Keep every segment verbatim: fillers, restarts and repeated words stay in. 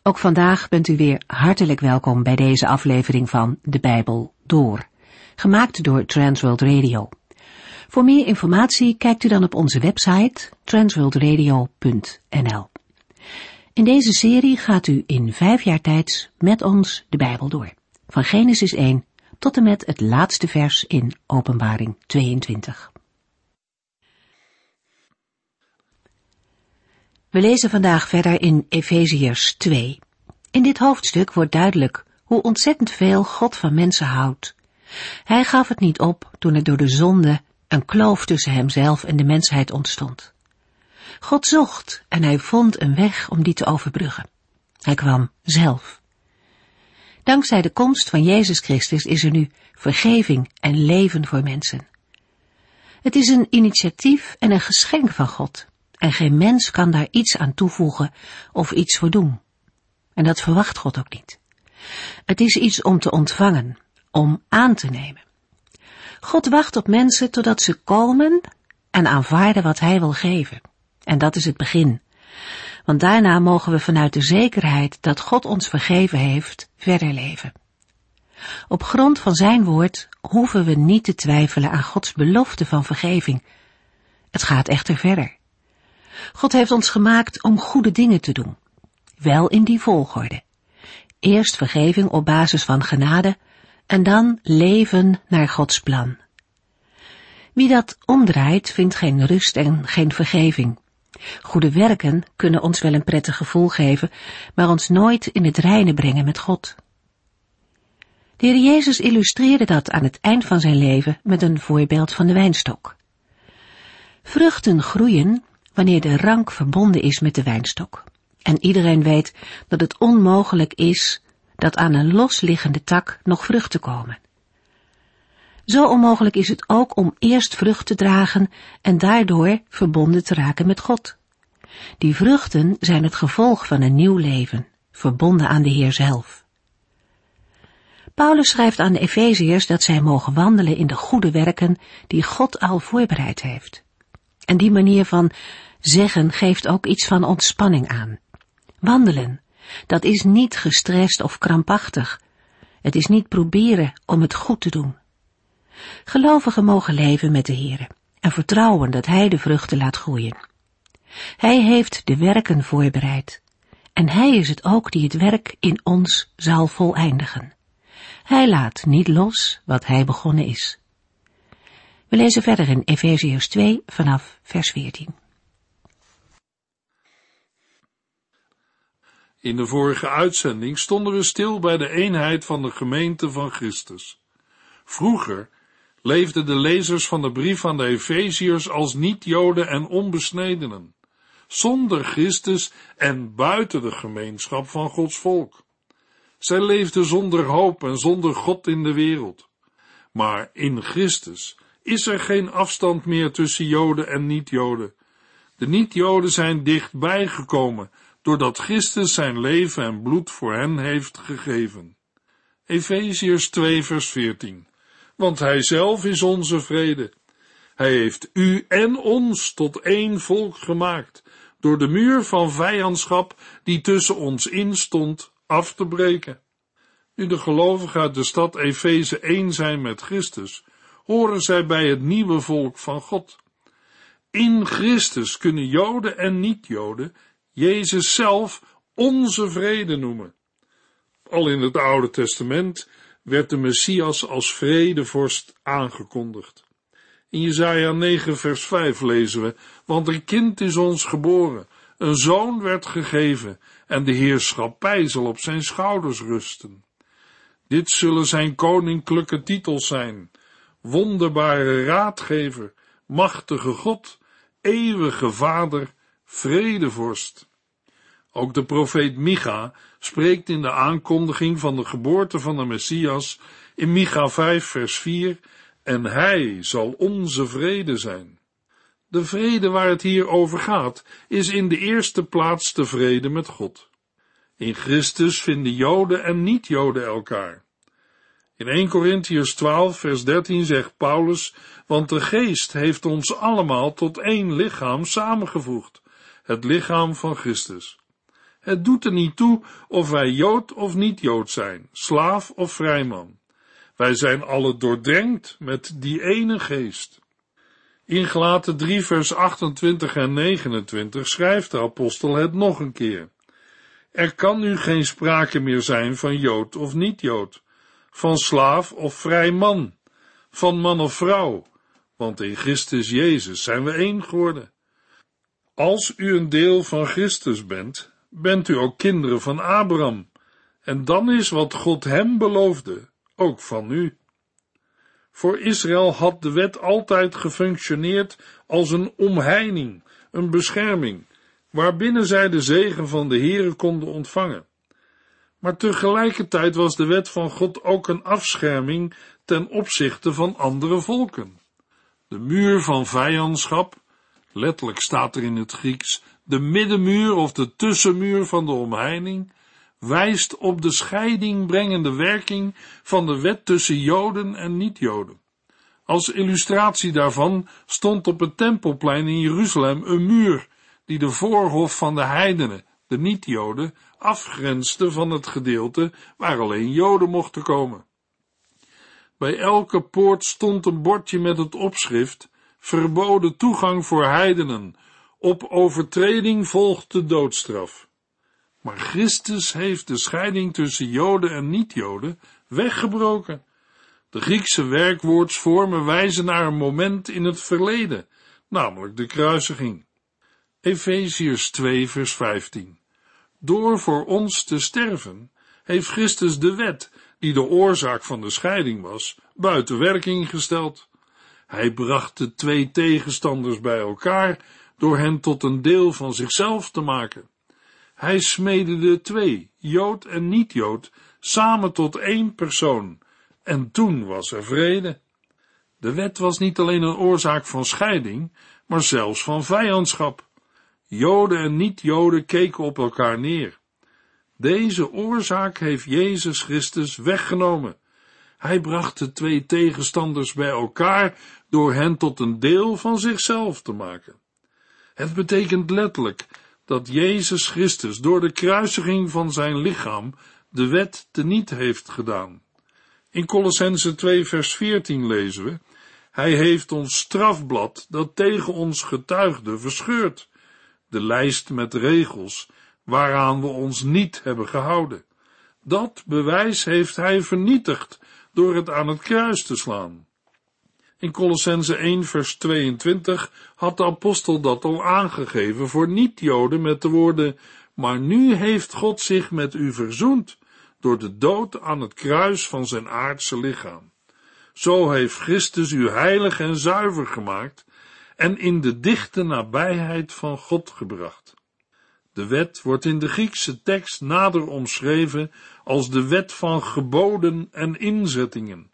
Ook vandaag bent u weer hartelijk welkom bij deze aflevering van De Bijbel Door, gemaakt door Transworld Radio. Voor meer informatie kijkt u dan op onze website transworld radio punt n l. In deze serie gaat u in vijf jaar tijd met ons de Bijbel door, van Genesis één tot en met het laatste vers in Openbaring tweeëntwintig. We lezen vandaag verder in Efeziërs twee. In dit hoofdstuk wordt duidelijk hoe ontzettend veel God van mensen houdt. Hij gaf het niet op toen er door de zonde een kloof tussen hemzelf en de mensheid ontstond. God zocht en hij vond een weg om die te overbruggen. Hij kwam zelf. Dankzij de komst van Jezus Christus is er nu vergeving en leven voor mensen. Het is een initiatief en een geschenk van God. En geen mens kan daar iets aan toevoegen of iets voor doen. En dat verwacht God ook niet. Het is iets om te ontvangen, om aan te nemen. God wacht op mensen totdat ze komen en aanvaarden wat hij wil geven. En dat is het begin. Want daarna mogen we vanuit de zekerheid dat God ons vergeven heeft, verder leven. Op grond van zijn woord hoeven we niet te twijfelen aan Gods belofte van vergeving. Het gaat echter verder. God heeft ons gemaakt om goede dingen te doen. Wel in die volgorde. Eerst vergeving op basis van genade en dan leven naar Gods plan. Wie dat omdraait, vindt geen rust en geen vergeving. Goede werken kunnen ons wel een prettig gevoel geven, maar ons nooit in het reine brengen met God. De Heer Jezus illustreerde dat aan het eind van zijn leven met een voorbeeld van de wijnstok. Vruchten groeien wanneer de rank verbonden is met de wijnstok. En iedereen weet dat het onmogelijk is dat aan een losliggende tak nog vruchten komen. Zo onmogelijk is het ook om eerst vrucht te dragen en daardoor verbonden te raken met God. Die vruchten zijn het gevolg van een nieuw leven, verbonden aan de Heer zelf. Paulus schrijft aan de Efeziërs dat zij mogen wandelen in de goede werken die God al voorbereid heeft. En die manier van zeggen geeft ook iets van ontspanning aan. Wandelen, dat is niet gestrest of krampachtig. Het is niet proberen om het goed te doen. Gelovigen mogen leven met de Heere en vertrouwen dat Hij de vruchten laat groeien. Hij heeft de werken voorbereid en Hij is het ook die het werk in ons zal voleindigen. Hij laat niet los wat Hij begonnen is. We lezen verder in Efeziërs twee vanaf vers veertien. In de vorige uitzending stonden we stil bij de eenheid van de gemeente van Christus. Vroeger leefden de lezers van de brief aan de Efeziërs als niet-Joden en onbesnedenen, zonder Christus en buiten de gemeenschap van Gods volk. Zij leefden zonder hoop en zonder God in de wereld. Maar in Christus is er geen afstand meer tussen Joden en niet-Joden. De niet-Joden zijn dichtbij gekomen, doordat Christus zijn leven en bloed voor hen heeft gegeven. Efeziërs twee vers veertien. Want hij zelf is onze vrede. Hij heeft u en ons tot één volk gemaakt, door de muur van vijandschap die tussen ons in stond af te breken. Nu de gelovigen uit de stad Efeze één zijn met Christus, horen zij bij het nieuwe volk van God. In Christus kunnen Joden en niet-Joden Jezus zelf onze vrede noemen. Al in het Oude Testament werd de Messias als vredevorst aangekondigd. In Jesaja negen vers vijf lezen we, want een kind is ons geboren, een zoon werd gegeven en de heerschappij zal op zijn schouders rusten. Dit zullen zijn koninklijke titels zijn: wonderbare raadgever, machtige God, eeuwige Vader, vredevorst. Ook de profeet Micha spreekt in de aankondiging van de geboorte van de Messias in Micha vijf vers vier, en hij zal onze vrede zijn. De vrede waar het hier over gaat, is in de eerste plaats de vrede met God. In Christus vinden Joden en niet-Joden elkaar. In eerste Korintiërs twaalf vers dertien zegt Paulus, want de Geest heeft ons allemaal tot één lichaam samengevoegd, het lichaam van Christus. Het doet er niet toe of wij Jood of niet-Jood zijn, slaaf of vrijman. Wij zijn alle doordrenkt met die ene geest. In Galaten drie vers achtentwintig en negenentwintig schrijft de apostel het nog een keer. Er kan nu geen sprake meer zijn van Jood of niet-Jood, van slaaf of vrij man, van man of vrouw, want in Christus Jezus zijn we één geworden. Als u een deel van Christus bent, bent u ook kinderen van Abraham, en dan is wat God hem beloofde, ook van u. Voor Israël had de wet altijd gefunctioneerd als een omheining, een bescherming, waarbinnen zij de zegen van de Heere konden ontvangen. Maar tegelijkertijd was de wet van God ook een afscherming ten opzichte van andere volken. De muur van vijandschap, letterlijk staat er in het Grieks, de middenmuur of de tussenmuur van de omheining, wijst op de scheidingbrengende werking van de wet tussen Joden en niet-Joden. Als illustratie daarvan stond op het Tempelplein in Jeruzalem een muur, die de voorhof van de heidenen, de niet-Joden, afgrensde van het gedeelte waar alleen Joden mochten komen. Bij elke poort stond een bordje met het opschrift, verboden toegang voor heidenen, op overtreding volgt de doodstraf. Maar Christus heeft de scheiding tussen Joden en niet-Joden weggebroken. De Griekse werkwoordsvormen wijzen naar een moment in het verleden, namelijk de kruisiging. Efeziërs twee vers vijftien. Door voor ons te sterven, heeft Christus de wet, die de oorzaak van de scheiding was, buiten werking gesteld. Hij bracht de twee tegenstanders bij elkaar, door hen tot een deel van zichzelf te maken. Hij smeedde de twee, Jood en niet-Jood, samen tot één persoon, en toen was er vrede. De wet was niet alleen een oorzaak van scheiding, maar zelfs van vijandschap. Joden en niet-Joden keken op elkaar neer. Deze oorzaak heeft Jezus Christus weggenomen. Hij bracht de twee tegenstanders bij elkaar door hen tot een deel van zichzelf te maken. Het betekent letterlijk dat Jezus Christus door de kruisiging van zijn lichaam de wet teniet heeft gedaan. In Kolossenzen twee vers veertien lezen we, hij heeft ons strafblad dat tegen ons getuigde verscheurd, de lijst met regels waaraan we ons niet hebben gehouden. Dat bewijs heeft hij vernietigd door het aan het kruis te slaan. In Kolossenzen één vers tweeëntwintig had de apostel dat al aangegeven voor niet-Joden met de woorden, maar nu heeft God zich met u verzoend door de dood aan het kruis van zijn aardse lichaam. Zo heeft Christus u heilig en zuiver gemaakt en in de dichte nabijheid van God gebracht. De wet wordt in de Griekse tekst nader omschreven als de wet van geboden en inzettingen.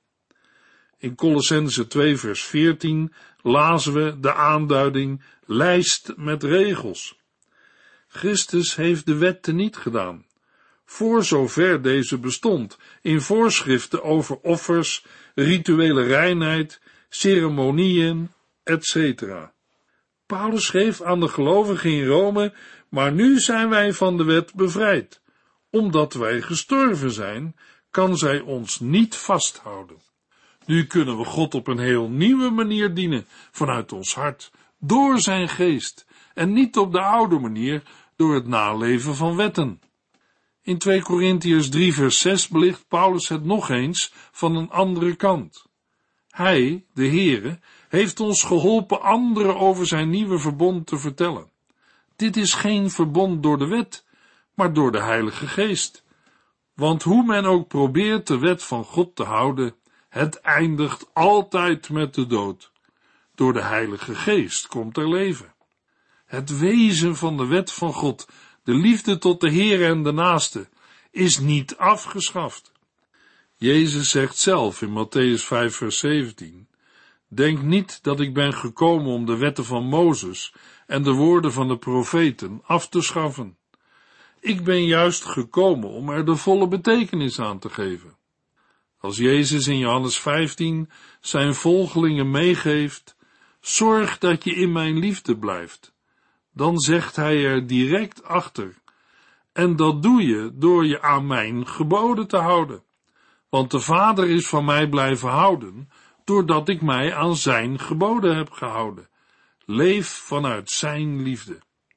In Kolossenzen twee vers veertien lazen we de aanduiding lijst met regels. Christus heeft de wet teniet gedaan, voor zover deze bestond, in voorschriften over offers, rituele reinheid, ceremonieën, et cetera. Paulus schreef aan de gelovigen in Rome, maar nu zijn wij van de wet bevrijd. Omdat wij gestorven zijn, kan zij ons niet vasthouden. Nu kunnen we God op een heel nieuwe manier dienen, vanuit ons hart, door zijn geest, en niet op de oude manier, door het naleven van wetten. In twee Korintiërs drie vers zes belicht Paulus het nog eens van een andere kant. Hij, de Heere, heeft ons geholpen anderen over zijn nieuwe verbond te vertellen. Dit is geen verbond door de wet, maar door de Heilige Geest. Want hoe men ook probeert de wet van God te houden, het eindigt altijd met de dood. Door de Heilige Geest komt er leven. Het wezen van de wet van God, de liefde tot de Heere en de naaste, is niet afgeschaft. Jezus zegt zelf in Mattheüs vijf vers zeventien, denk niet dat ik ben gekomen om de wetten van Mozes en de woorden van de profeten af te schaffen. Ik ben juist gekomen om er de volle betekenis aan te geven. Als Jezus in Johannes vijftien zijn volgelingen meegeeft, zorg dat je in mijn liefde blijft, dan zegt hij er direct achter, En dat doe je door je aan mijn geboden te houden. Want de Vader is van mij blijven houden, doordat ik mij aan zijn geboden heb gehouden. Leef vanuit zijn liefde.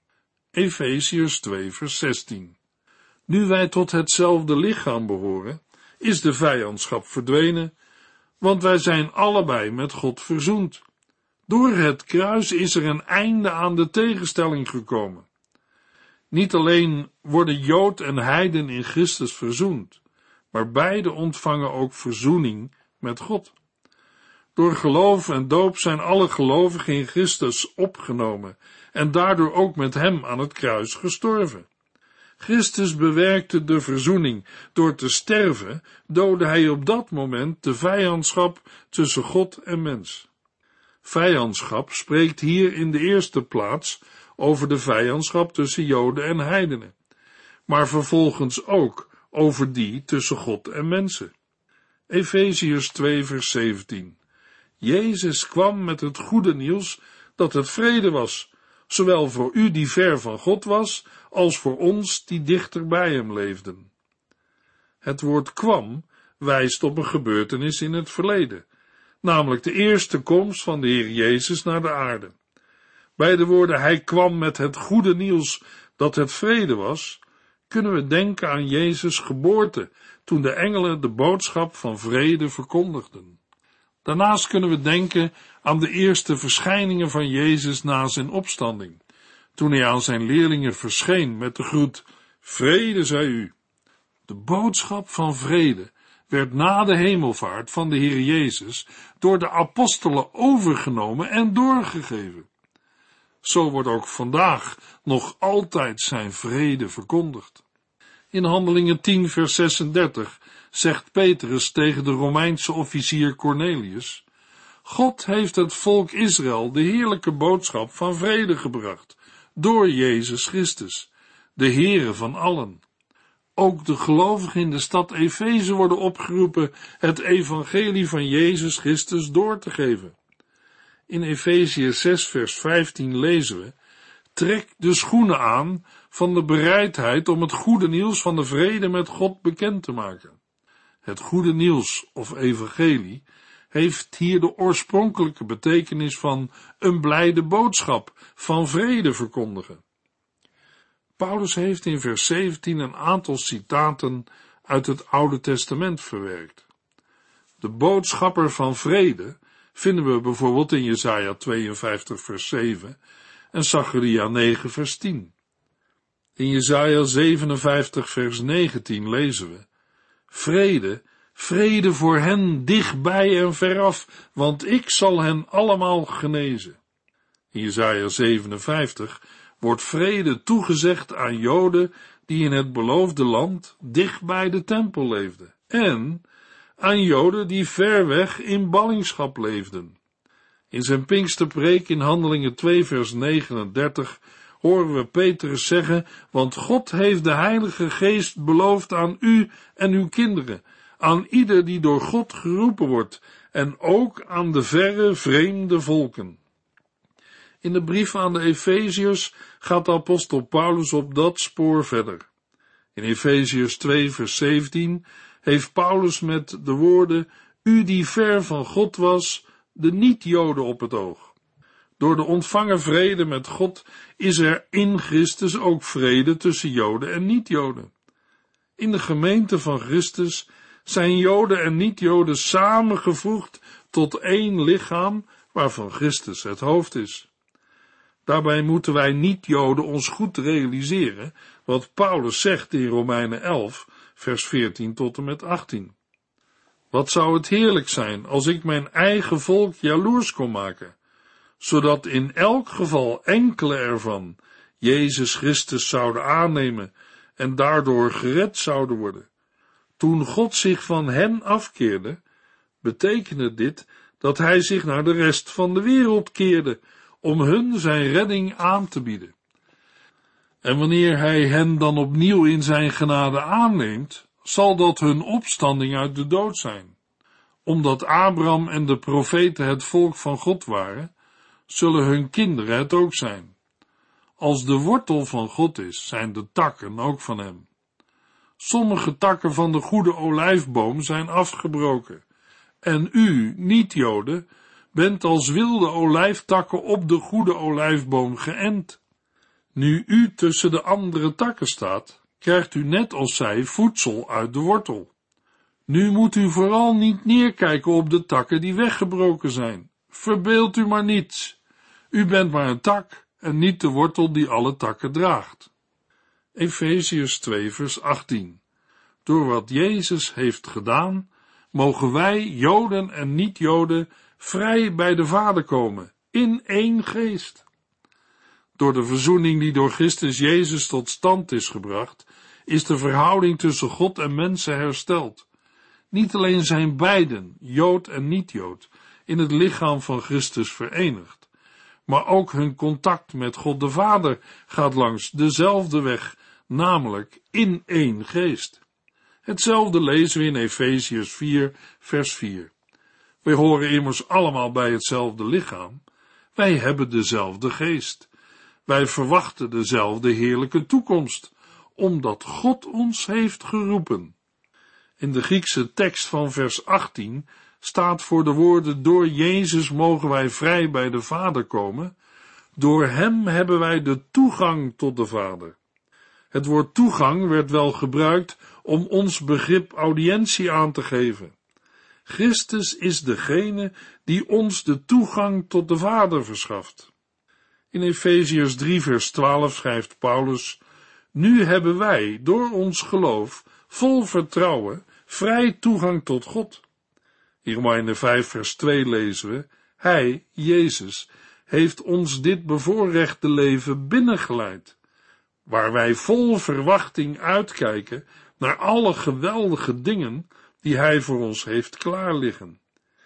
Efeziërs twee vers zestien. Nu wij tot hetzelfde lichaam behoren, is de vijandschap verdwenen, want wij zijn allebei met God verzoend. Door het kruis is er een einde aan de tegenstelling gekomen. Niet alleen worden Jood en heiden in Christus verzoend, maar beide ontvangen ook verzoening met God. Door geloof en doop zijn alle gelovigen in Christus opgenomen en daardoor ook met hem aan het kruis gestorven. Christus bewerkte de verzoening. Door te sterven doodde hij op dat moment de vijandschap tussen God en mens. Vijandschap spreekt hier in de eerste plaats over de vijandschap tussen Joden en heidenen, maar vervolgens ook over die tussen God en mensen. Efeziërs twee vers zeventien. Jezus kwam met het goede nieuws dat het vrede was, zowel voor u die ver van God was, als voor ons die dichter bij hem leefden. Het woord kwam wijst op een gebeurtenis in het verleden, namelijk de eerste komst van de Heer Jezus naar de aarde. Bij de woorden hij kwam met het goede nieuws dat het vrede was, kunnen we denken aan Jezus' geboorte, toen de engelen de boodschap van vrede verkondigden. Daarnaast kunnen we denken aan de eerste verschijningen van Jezus na zijn opstanding, toen hij aan zijn leerlingen verscheen met de groet, vrede zij u. De boodschap van vrede werd na de hemelvaart van de Heer Jezus door de apostelen overgenomen en doorgegeven. Zo wordt ook vandaag nog altijd zijn vrede verkondigd. In Handelingen tien vers zesendertig zegt Petrus tegen de Romeinse officier Cornelius, God heeft het volk Israël de heerlijke boodschap van vrede gebracht, door Jezus Christus, de Heere van allen. Ook de gelovigen in de stad Efeze worden opgeroepen het evangelie van Jezus Christus door te geven. In Efeziërs zes vers vijftien lezen we, trek de schoenen aan van de bereidheid om het goede nieuws van de vrede met God bekend te maken. Het goede nieuws of evangelie heeft hier de oorspronkelijke betekenis van een blijde boodschap van vrede verkondigen. Paulus heeft in vers zeventien een aantal citaten uit het Oude Testament verwerkt. De boodschapper van vrede vinden we bijvoorbeeld in Jesaja tweeënvijftig vers zeven en Zacharia negen vers tien. In Jesaja zevenenvijftig vers negentien lezen we, vrede, vrede voor hen dichtbij en veraf, want ik zal hen allemaal genezen. In Jesaja zevenenvijftig wordt vrede toegezegd aan Joden die in het beloofde land dicht bij de tempel leefden, en aan Joden die ver weg in ballingschap leefden. In zijn Pinksterpreek in Handelingen twee vers negenendertig horen we Petrus zeggen, want God heeft de Heilige Geest beloofd aan u en uw kinderen, aan ieder die door God geroepen wordt, en ook aan de verre vreemde volken. In de brief aan de Efeziërs gaat de apostel Paulus op dat spoor verder. In Efeziërs twee vers zeventien heeft Paulus met de woorden, u die ver van God was, de niet-Joden op het oog. Door de ontvangen vrede met God is er in Christus ook vrede tussen Joden en niet-Joden. In de gemeente van Christus zijn Joden en niet-Joden samengevoegd tot één lichaam, waarvan Christus het hoofd is. Daarbij moeten wij niet-Joden ons goed realiseren wat Paulus zegt in Romeinen elf, vers veertien tot en met achttien. Wat zou het heerlijk zijn als ik mijn eigen volk jaloers kon maken, zodat in elk geval enkele ervan Jezus Christus zouden aannemen en daardoor gered zouden worden. Toen God zich van hen afkeerde, betekende dit dat hij zich naar de rest van de wereld keerde, om hun zijn redding aan te bieden. En wanneer hij hen dan opnieuw in zijn genade aanneemt, zal dat hun opstanding uit de dood zijn. Omdat Abraham en de profeten het volk van God waren, zullen hun kinderen het ook zijn. Als de wortel van God is, zijn de takken ook van hem. Sommige takken van de goede olijfboom zijn afgebroken. En u, niet-Joden, bent als wilde olijftakken op de goede olijfboom geënt. Nu u tussen de andere takken staat, krijgt u net als zij voedsel uit de wortel. Nu moet u vooral niet neerkijken op de takken die weggebroken zijn. Verbeeld u maar niets. U bent maar een tak en niet de wortel die alle takken draagt. Efeziërs twee vers achttien. Door wat Jezus heeft gedaan, mogen wij, Joden en niet-Joden, vrij bij de Vader komen, in één geest. Door de verzoening die door Christus Jezus tot stand is gebracht, is de verhouding tussen God en mensen hersteld. Niet alleen zijn beiden, Jood en niet-Jood, in het lichaam van Christus verenigd, maar ook hun contact met God de Vader gaat langs dezelfde weg, namelijk in één geest. Hetzelfde lezen we in Efeziërs vier, vers vier. Wij horen immers allemaal bij hetzelfde lichaam. Wij hebben dezelfde geest. Wij verwachten dezelfde heerlijke toekomst, omdat God ons heeft geroepen. In de Griekse tekst van vers achttien staat voor de woorden: door Jezus mogen wij vrij bij de Vader komen. Door hem hebben wij de toegang tot de Vader. Het woord toegang werd wel gebruikt om ons begrip audiëntie aan te geven. Christus is degene die ons de toegang tot de Vader verschaft. In Efeziërs drie vers twaalf schrijft Paulus: nu hebben wij door ons geloof vol vertrouwen vrij toegang tot God. In Romeinen vijf vers twee lezen we: hij, Jezus, heeft ons dit bevoorrechte leven binnengeleid, waar wij vol verwachting uitkijken naar alle geweldige dingen die hij voor ons heeft klaarliggen.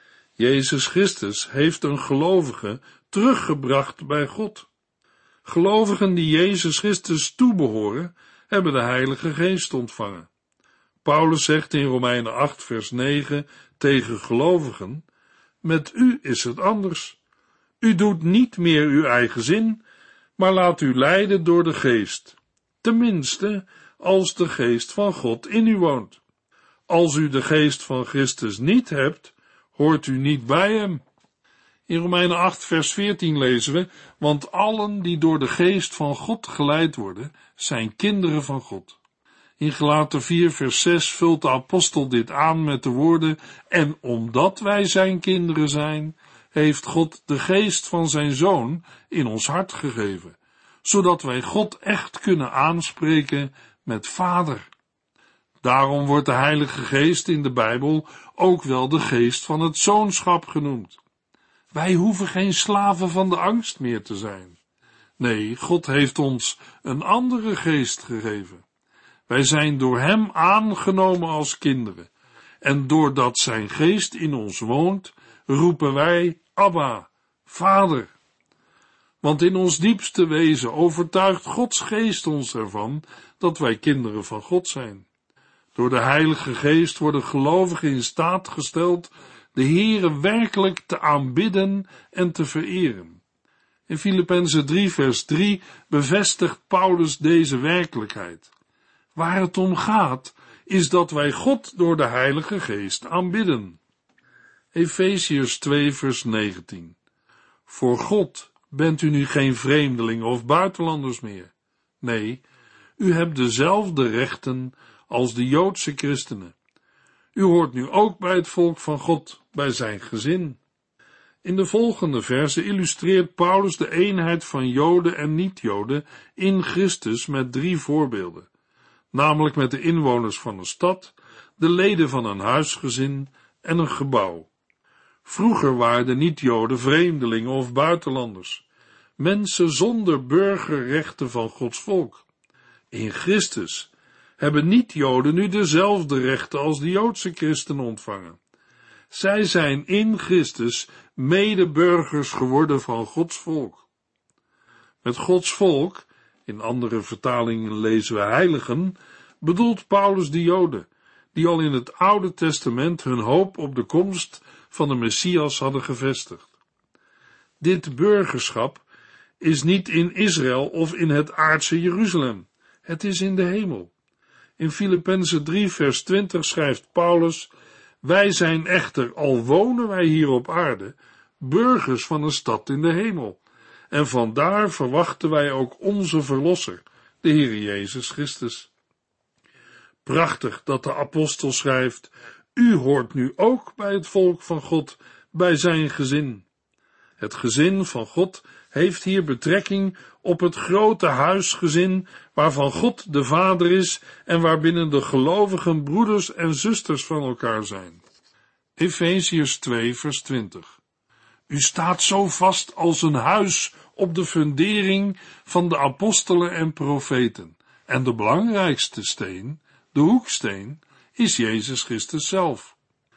Jezus Christus heeft een gelovige teruggebracht bij God. Gelovigen die Jezus Christus toebehoren, hebben de Heilige Geest ontvangen. Paulus zegt in Romeinen acht vers negen tegen gelovigen: met u is het anders. U doet niet meer uw eigen zin, maar laat u leiden door de Geest, tenminste als de Geest van God in u woont. Als u de Geest van Christus niet hebt, hoort u niet bij hem. In Romeinen acht vers veertien lezen we: want allen die door de Geest van God geleid worden, zijn kinderen van God. In Galaten vier vers zes vult de apostel dit aan met de woorden: en omdat wij zijn kinderen zijn, heeft God de Geest van zijn Zoon in ons hart gegeven, zodat wij God echt kunnen aanspreken met Vader. Daarom wordt de Heilige Geest in de Bijbel ook wel de geest van het zoonschap genoemd. Wij hoeven geen slaven van de angst meer te zijn. Nee, God heeft ons een andere geest gegeven. Wij zijn door hem aangenomen als kinderen. En doordat zijn geest in ons woont, roepen wij: Abba, Vader. Want in ons diepste wezen overtuigt Gods geest ons ervan dat wij kinderen van God zijn. Door de Heilige Geest worden gelovigen in staat gesteld de Heere werkelijk te aanbidden en te vereren. In Filippenzen drie vers drie bevestigt Paulus deze werkelijkheid. Waar het om gaat, is dat wij God door de Heilige Geest aanbidden. Efeziërs twee vers negentien. Voor God bent u nu geen vreemdelingen of buitenlanders meer. Nee, u hebt dezelfde rechten als de Joodse christenen. U hoort nu ook bij het volk van God, bij zijn gezin. In de volgende verse illustreert Paulus de eenheid van Joden en niet-Joden in Christus met drie voorbeelden, namelijk met de inwoners van een stad, de leden van een huisgezin en een gebouw. Vroeger waren de niet-Joden vreemdelingen of buitenlanders, mensen zonder burgerrechten van Gods volk. In Christus hebben niet-Joden nu dezelfde rechten als de Joodse christenen ontvangen. Zij zijn in Christus medeburgers geworden van Gods volk. Met Gods volk, in andere vertalingen lezen we heiligen, bedoelt Paulus de Joden, die al in het Oude Testament hun hoop op de komst van de Messias hadden gevestigd. Dit burgerschap is niet in Israël of in het aardse Jeruzalem. Het is in de hemel. In Filippenzen drie vers twintig schrijft Paulus: wij zijn echter, al wonen wij hier op aarde, burgers van een stad in de hemel. En vandaar verwachten wij ook onze verlosser, de Heer Jezus Christus. Prachtig dat de apostel schrijft: u hoort nu ook bij het volk van God, bij zijn gezin. Het gezin van God heeft hier betrekking op het grote huisgezin waarvan God de Vader is en waarbinnen de gelovigen broeders en zusters van elkaar zijn. Efeziërs twee vers twintig. U staat zo vast als een huis op de fundering van de apostelen en profeten, en de belangrijkste steen, de hoeksteen, is Jezus Christus zelf.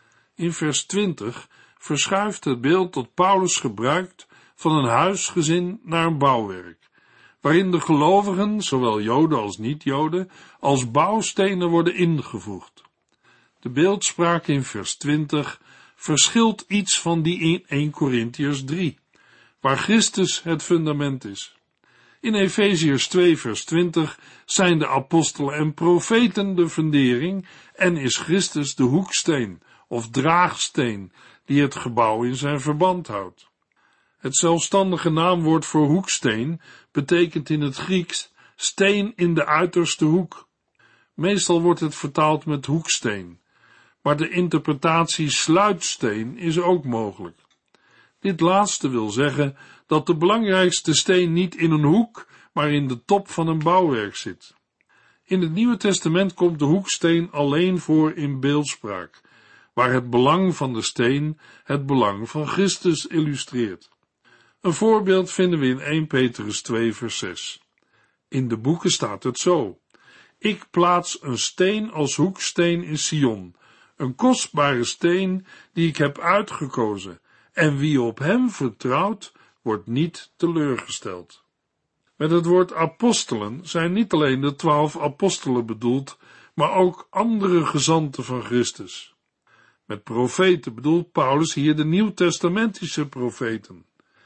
In vers twintig verschuift het beeld dat Paulus gebruikt van een huisgezin naar een bouwwerk, waarin de gelovigen, zowel Joden als niet-Joden, als bouwstenen worden ingevoegd. De beeldspraak in vers twintig verschilt iets van die in eerste Korintiërs drie, waar Christus het fundament is. In Efeziërs twee vers twintig zijn de apostelen en profeten de fundering en is Christus de hoeksteen of draagsteen die het gebouw in zijn verband houdt. Het zelfstandige naamwoord voor hoeksteen betekent in het Grieks steen in de uiterste hoek. Meestal wordt het vertaald met hoeksteen, maar de interpretatie sluitsteen is ook mogelijk. Dit laatste wil zeggen dat de belangrijkste steen niet in een hoek, maar in de top van een bouwwerk zit. In het Nieuwe Testament komt de hoeksteen alleen voor in beeldspraak, waar het belang van de steen het belang van Christus illustreert. Een voorbeeld vinden we in eerste Petrus twee vers zes. In de boeken staat het zo: ik plaats een steen als hoeksteen in Sion, een kostbare steen die ik heb uitgekozen, en wie op hem vertrouwt, wordt niet teleurgesteld. Met het woord apostelen zijn niet alleen de twaalf apostelen bedoeld, maar ook andere gezanten van Christus. Met profeten bedoelt Paulus hier de nieuwtestamentische profeten.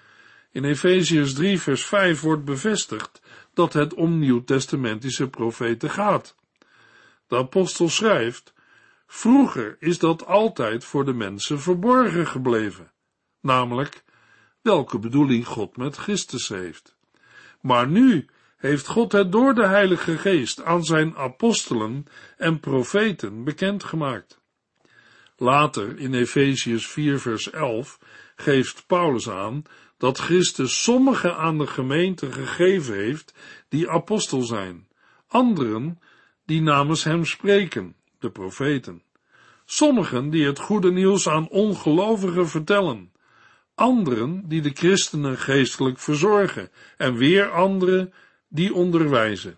In Efeziërs drie vers vijf wordt bevestigd dat het om nieuwtestamentische profeten gaat. De apostel schrijft: vroeger is dat altijd voor de mensen verborgen gebleven, namelijk welke bedoeling God met Christus heeft. Maar nu heeft God het door de Heilige Geest aan zijn apostelen en profeten bekendgemaakt. Later in Efeziërs vier vers elf geeft Paulus aan dat Christus sommigen aan de gemeente gegeven heeft die apostel zijn, anderen die namens hem spreken, de profeten, sommigen die het goede nieuws aan ongelovigen vertellen, anderen die de christenen geestelijk verzorgen en weer anderen die onderwijzen.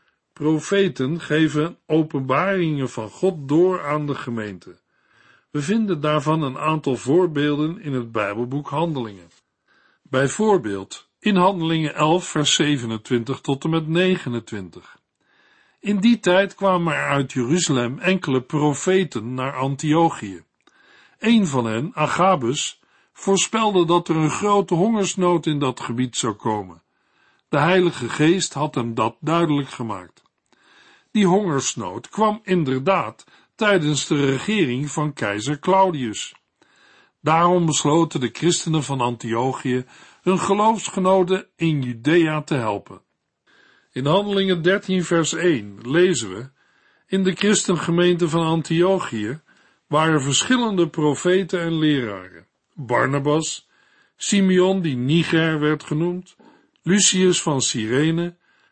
Profeten geven openbaringen van God door aan de gemeente. We vinden daarvan een aantal voorbeelden in het Bijbelboek Handelingen. Bijvoorbeeld in Handelingen elf vers zevenentwintig tot en met negenentwintig. In die tijd kwamen er uit Jeruzalem enkele profeten naar Antiochië. Een van hen, Agabus, voorspelde dat er een grote hongersnood in dat gebied zou komen. De Heilige Geest had hem dat duidelijk gemaakt. Die hongersnood kwam inderdaad tijdens de regering van keizer Claudius. Daarom besloten de christenen van Antiochië hun geloofsgenoten in Judea te helpen. In Handelingen dertien vers één lezen we: in de christengemeente van Antiochië waren verschillende profeten en leraren: Barnabas, Simeon die Niger werd genoemd, Lucius van Cyrene,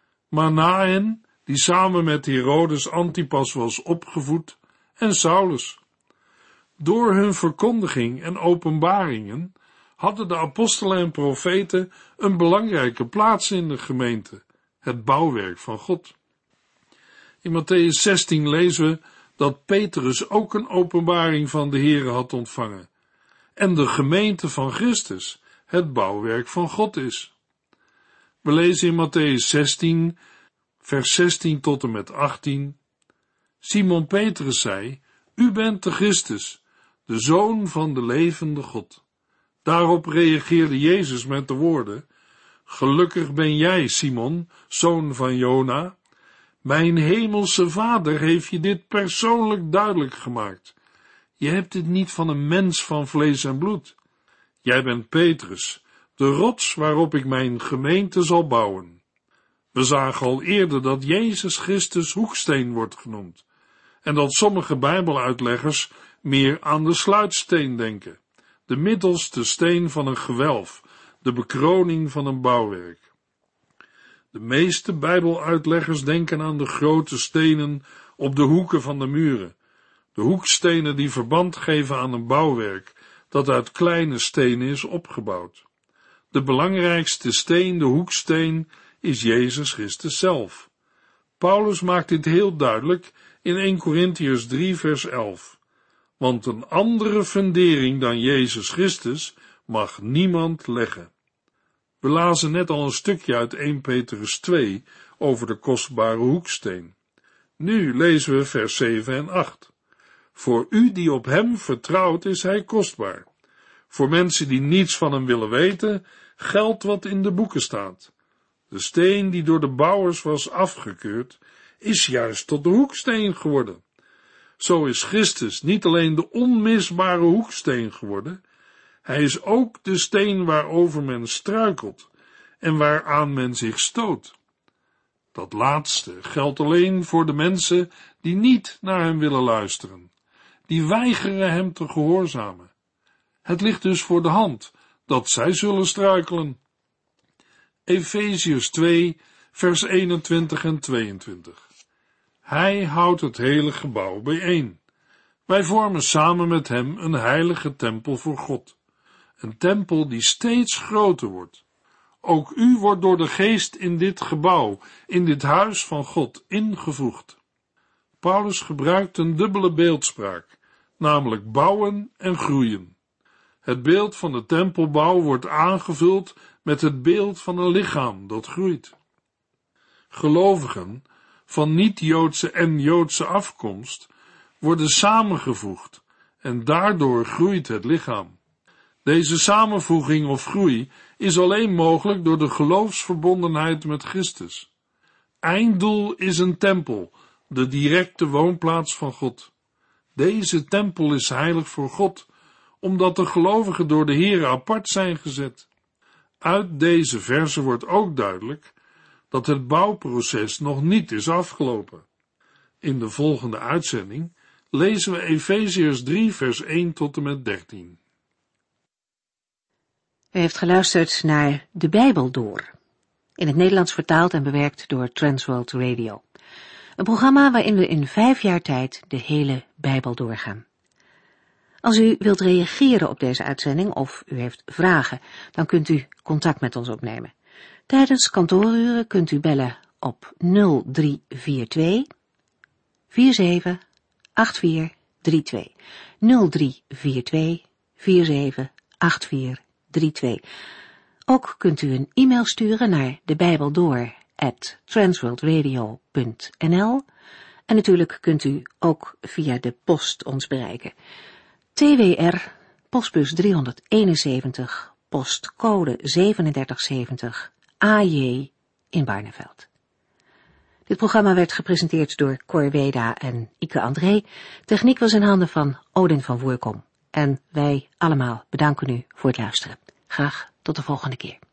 Manaen die samen met Herodes Antipas was opgevoed, en Saulus. Door hun verkondiging en openbaringen hadden de apostelen en profeten een belangrijke plaats in de gemeente, het bouwwerk van God. In Mattheüs zestien lezen we dat Petrus ook een openbaring van de Heere had ontvangen en de gemeente van Christus het bouwwerk van God is. We lezen in Mattheüs zestien, vers zestien tot en met achttien. Simon Petrus zei: u bent de Christus, de Zoon van de levende God. Daarop reageerde Jezus met de woorden: Gelukkig ben jij, Simon, zoon van Jona. Mijn hemelse Vader heeft je dit persoonlijk duidelijk gemaakt. Je hebt dit niet van een mens van vlees en bloed. Jij bent Petrus, de rots waarop ik mijn gemeente zal bouwen. We zagen al eerder dat Jezus Christus hoeksteen wordt genoemd, en dat sommige Bijbeluitleggers meer aan de sluitsteen denken, de middelste steen van een gewelf, de bekroning van een bouwwerk. De meeste Bijbeluitleggers denken aan de grote stenen op de hoeken van de muren, de hoekstenen die verband geven aan een bouwwerk dat uit kleine stenen is opgebouwd. De belangrijkste steen, de hoeksteen, is Jezus Christus zelf. Paulus maakt dit heel duidelijk in Eerste Korintiërs drie vers elf. Want een andere fundering dan Jezus Christus mag niemand leggen. We lazen net al een stukje uit Eerste Petrus twee over de kostbare hoeksteen. Nu lezen we vers zeven en acht. Voor u die op hem vertrouwt is hij kostbaar. Voor mensen die niets van hem willen weten, geldt wat in de boeken staat. De steen die door de bouwers was afgekeurd, is juist tot de hoeksteen geworden. Zo is Christus niet alleen de onmisbare hoeksteen geworden, hij is ook de steen waarover men struikelt en waaraan men zich stoot. Dat laatste geldt alleen voor de mensen die niet naar hem willen luisteren, die weigeren hem te gehoorzamen. Het ligt dus voor de hand dat zij zullen struikelen. Efeziërs twee, vers eenentwintig en tweeëntwintig. Hij houdt het hele gebouw bijeen. Wij vormen samen met hem een heilige tempel voor God. Een tempel die steeds groter wordt. Ook u wordt door de geest in dit gebouw, in dit huis van God, ingevoegd. Paulus gebruikt een dubbele beeldspraak, namelijk bouwen en groeien. Het beeld van de tempelbouw wordt aangevuld met het beeld van een lichaam dat groeit. Gelovigen van niet-Joodse en Joodse afkomst worden samengevoegd en daardoor groeit het lichaam. Deze samenvoeging of groei is alleen mogelijk door de geloofsverbondenheid met Christus. Einddoel is een tempel, de directe woonplaats van God. Deze tempel is heilig voor God, omdat de gelovigen door de Here apart zijn gezet. Uit deze verse wordt ook duidelijk dat het bouwproces nog niet is afgelopen. In de volgende uitzending lezen we Efeziërs drie vers één tot en met dertien. U heeft geluisterd naar De Bijbel Door, in het Nederlands vertaald en bewerkt door Transworld Radio. Een programma waarin we in vijf jaar tijd de hele Bijbel doorgaan. Als u wilt reageren op deze uitzending of u heeft vragen, dan kunt u contact met ons opnemen. Tijdens kantooruren kunt u bellen op nul drie vier twee, vier zeven acht vier drie twee. nul drie vier twee, vier zeven acht vier drie twee. Ook kunt u een e-mail sturen naar debijbeldoor at transworldradio punt n l en natuurlijk kunt u ook via de post ons bereiken. T W R, postbus driehonderdeenenzeventig, postcode zevenendertig zeventig, A J in Barneveld. Dit programma werd gepresenteerd door Cor Weda en Ike André. Techniek was in handen van Odin van Woerkom. En wij allemaal bedanken u voor het luisteren. Graag tot de volgende keer.